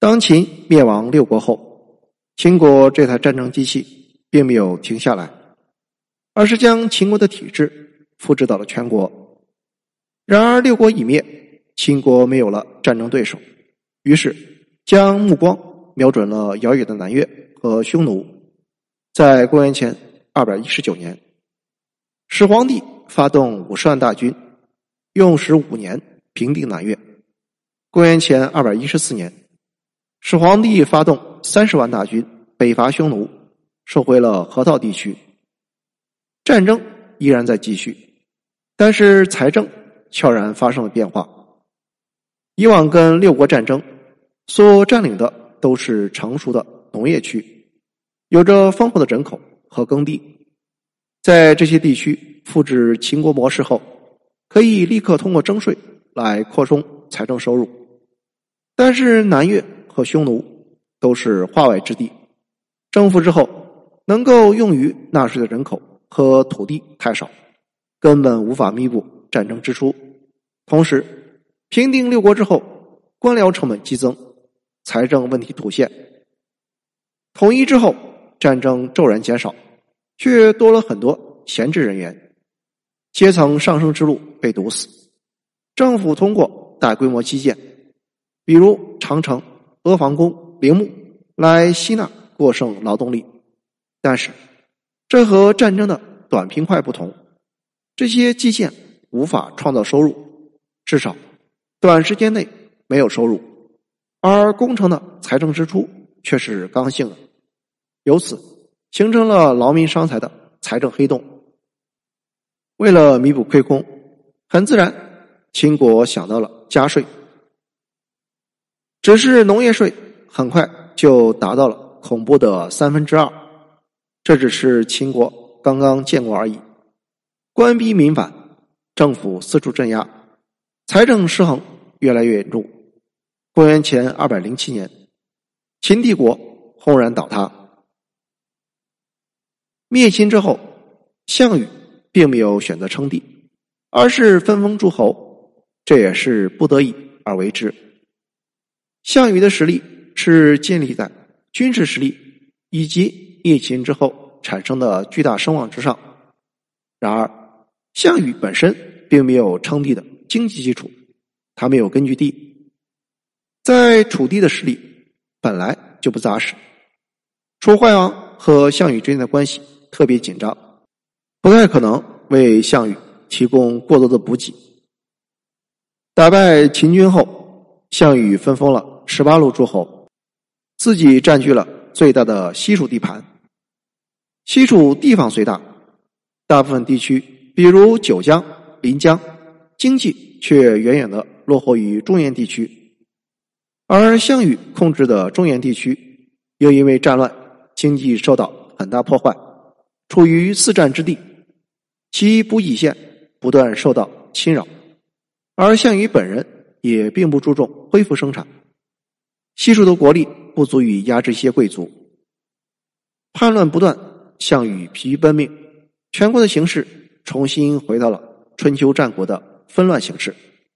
当秦灭亡六国后，秦国这台战争机器并没有停下来，而是将秦国的体制复制到了全国。然而六国已灭，秦国没有了战争对手，于是将目光瞄准了遥远的南越和匈奴。在公元前219年，始皇帝发动50万大军，用时5年平定南越。公元前214年，始皇帝发动30万大军北伐匈奴，收回了河套地区。战争依然在继续，但是财政悄然发生了变化。以往跟六国战争所占领的都是成熟的农业区，有着丰富的人口和耕地。在这些地区复制秦国模式后，可以立刻通过征税来扩充财政收入。但是南越和匈奴都是化外之地，征服之后能够用于纳税的人口和土地太少，根本无法弥补战争支出。同时平定六国之后，官僚成本激增，财政问题凸现。统一之后，战争骤然减少，却多了很多闲置人员，阶层上升之路被堵死。政府通过大规模基建，比如长城、阿房宫、陵墓来吸纳过剩劳动力。但是这和战争的短平快不同，这些基建无法创造收入，至少短时间内没有收入，而工程的财政支出却是刚性的，由此形成了劳民伤财的财政黑洞。为了弥补亏空，很自然秦国想到了加税。只是农业税很快就达到了恐怖的2/3，这只是秦国刚刚建国而已。官逼民反，政府四处镇压，财政失衡越来越严重。公元前207年，秦帝国轰然倒塌。灭秦之后，项羽并没有选择称帝，而是分封诸侯，这也是不得已而为之。项羽的实力是建立在军事实力以及灭秦之后产生的巨大声望之上。然而项羽本身并没有称帝的经济基础，他没有根据地，在楚地的实力本来就不扎实。楚怀王和项羽之间的关系特别紧张，不太可能为项羽提供过多的补给。打败秦军后，项羽分封了18路诸侯，自己占据了最大的西楚地盘。西楚地方虽大，大部分地区比如九江、临江，经济却远远的落后于中原地区。而项羽控制的中原地区又因为战乱，经济受到很大破坏，处于四战之地，其补给线不断受到侵扰。而项羽本人也并不注重恢复生产，西楚的国力不足以压制一些贵族。叛乱不断，项羽疲于奔命，全国的形势重新回到了春秋战国的纷乱形势。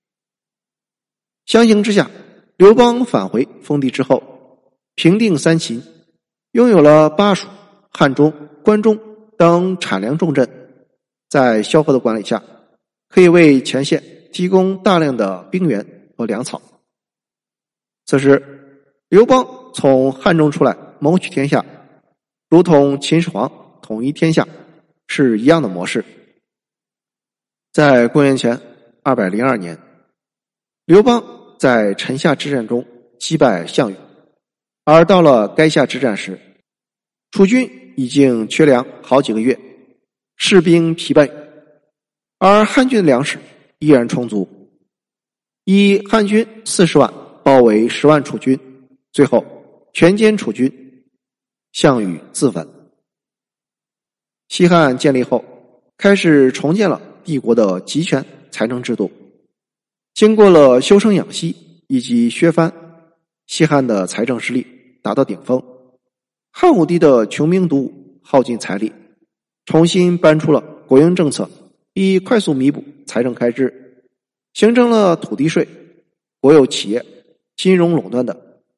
相形之下，刘邦返回封地之后，平定三秦，拥有了巴蜀、汉中、关中等产粮重镇，在萧何的管理下，可以为前线提供大量的兵源和粮草。此时刘邦从汉中出来谋取天下，如同秦始皇统一天下是一样的模式。在公元前202年，刘邦在陈夏之战中击败项羽，而到了垓下之战时，楚军已经缺粮好几个月，士兵疲惫，而汉军的粮食依然充足。以汉军40万包围10万楚军，最后全歼楚军，项羽自刎。西汉建立后，开始重建了帝国的集权财政制度。经过了休生养息以及削藩，西汉的财政实力达到顶峰。汉武帝的穷兵黩武，耗尽财力，重新搬出了国营政策，以快速弥补财政开支，形成了土地税、国有企业、金融垄断的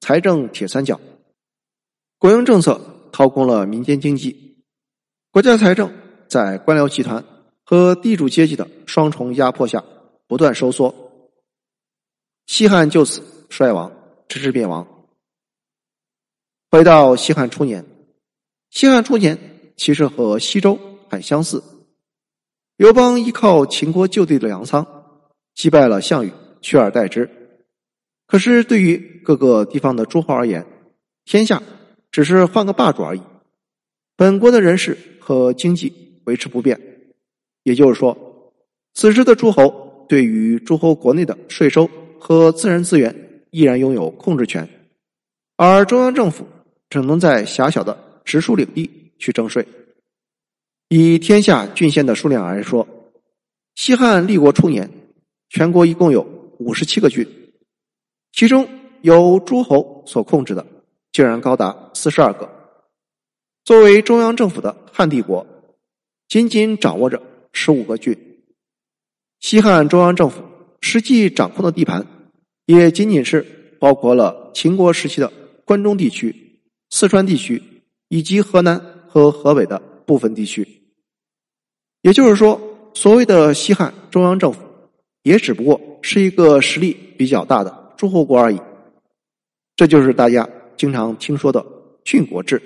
财政铁三角。国营政策掏空了民间经济，国家财政在官僚集团和地主阶级的双重压迫下不断收缩，西汉就此衰亡，直至灭亡。回到西汉初年，西汉初年其实和西周很相似，刘邦依靠秦国就地的粮仓击败了项羽，取而代之。可是对于各个地方的诸侯而言，天下只是换个霸主而已，本国的人事和经济维持不变。也就是说，此时的诸侯对于诸侯国内的税收和自然资源依然拥有控制权，而中央政府只能在狭小的直属领地去征税。以天下郡县的数量来说，西汉立国初年，全国一共有57个郡，其中由诸侯所控制的竟然高达42个。作为中央政府的汉帝国，仅仅掌握着15个郡。西汉中央政府实际掌控的地盘，也仅仅是包括了秦国时期的关中地区、四川地区以及河南和河北的部分地区。也就是说，所谓的西汉中央政府也只不过是一个实力比较大的诸侯国而已。这就是大家经常听说的郡国制。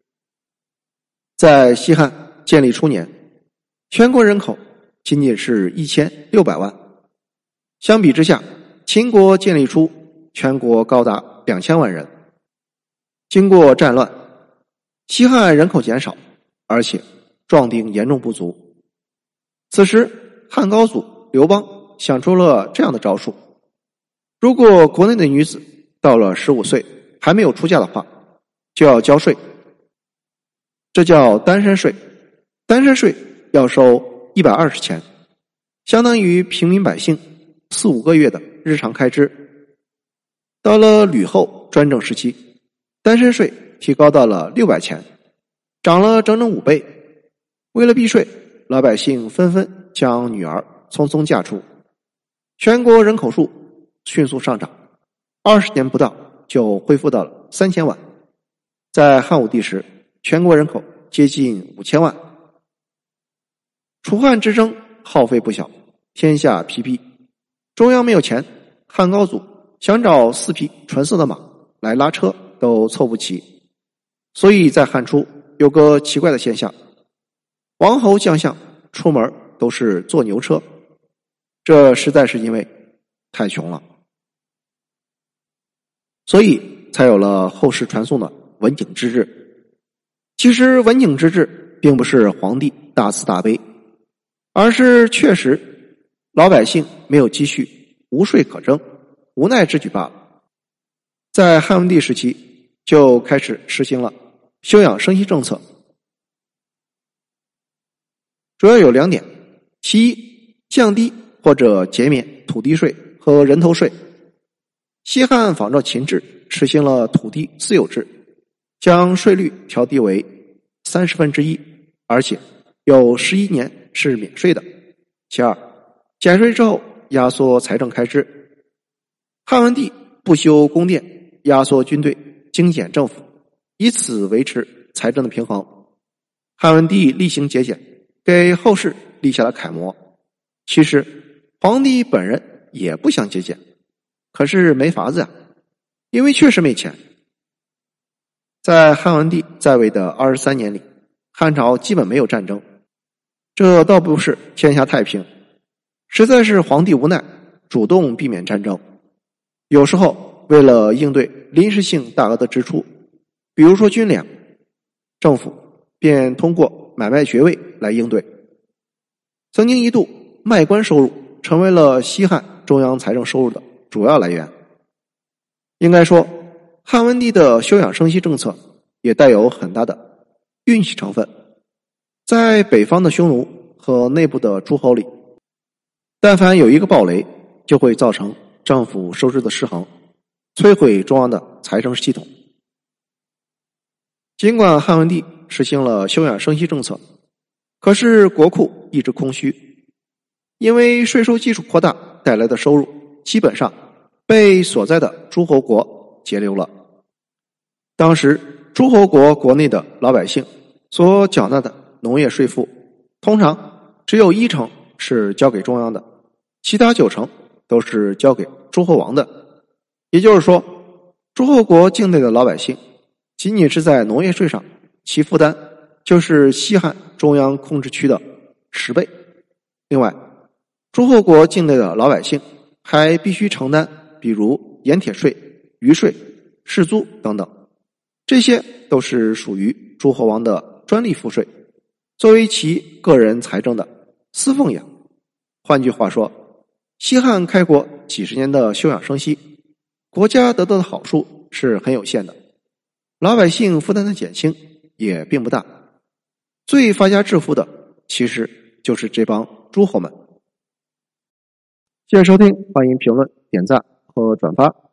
在西汉建立初年，全国人口仅仅是1600万，相比之下，秦国建立初全国高达2000万人。经过战乱，西汉人口减少，而且壮丁严重不足。此时汉高祖刘邦想出了这样的招数：如果国内的女子到了15岁还没有出嫁的话，就要交税，这叫单身税。单身税要收120钱，相当于平民百姓4-5个月的日常开支。到了吕后专政时期，单身税提高到了600钱，涨了整整5倍。为了避税，老百姓纷纷将女儿匆匆嫁出，全国人口数迅速上涨，20年不到就恢复到了3000万。在汉武帝时，全国人口接近5000万。楚汉之争耗费不小，天下疲弊，中央没有钱，汉高祖想找4匹纯色的马来拉车都凑不齐。所以在汉初有个奇怪的现象，王侯将相出门都是坐牛车，这实在是因为太穷了，所以才有了后世传颂的文景之治。其实文景之治并不是皇帝大慈大悲，而是确实老百姓没有积蓄，无税可征，无奈之举罢了。在汉文帝时期就开始实行了休养生息政策，主要有2点：其一，降低或者减免土地税和人头税。西汉仿照秦制实行了土地私有制，将税率调低为1/30，而且有11年是免税的。其二，减税之后压缩财政开支。汉文帝不修宫殿，压缩军队，精简政府，以此维持财政的平衡。汉文帝厉行节俭，给后世立下了楷模。其实皇帝本人也不想节俭，可是没法子呀，因为确实没钱。在汉文帝在位的23年里，汉朝基本没有战争，这倒不是天下太平，实在是皇帝无奈，主动避免战争。有时候为了应对临时性大额的支出，比如说军粮，政府便通过买卖爵位来应对。曾经一度，卖官收入成为了西汉中央财政收入的主要来源。应该说，汉文帝的休养生息政策也带有很大的运气成分。在北方的匈奴和内部的诸侯里，但凡有一个暴雷，就会造成政府收支的失衡，摧毁中央的财政系统。尽管汉文帝实行了休养生息政策，可是国库一直空虚，因为税收基础扩大带来的收入基本上被所在的诸侯国截留了。 当时诸侯国国内的老百姓所缴纳的农业税赋，通常只有1成是交给中央的，其他9成都是交给诸侯王的。也就是说，诸侯国境内的老百姓仅仅是在农业税上，其负担就是西汉中央控制区的10倍。另外，诸侯国境内的老百姓还必须承担比如盐铁税、渔税、士租等等，这些都是属于诸侯王的专利赋税，作为其个人财政的私奉养。换句话说，西汉开国几十年的休养生息，国家得到的好处是很有限的，老百姓负担的减轻也并不大。最发家致富的其实就是这帮诸侯们。谢谢收听，欢迎评论、点赞和转发。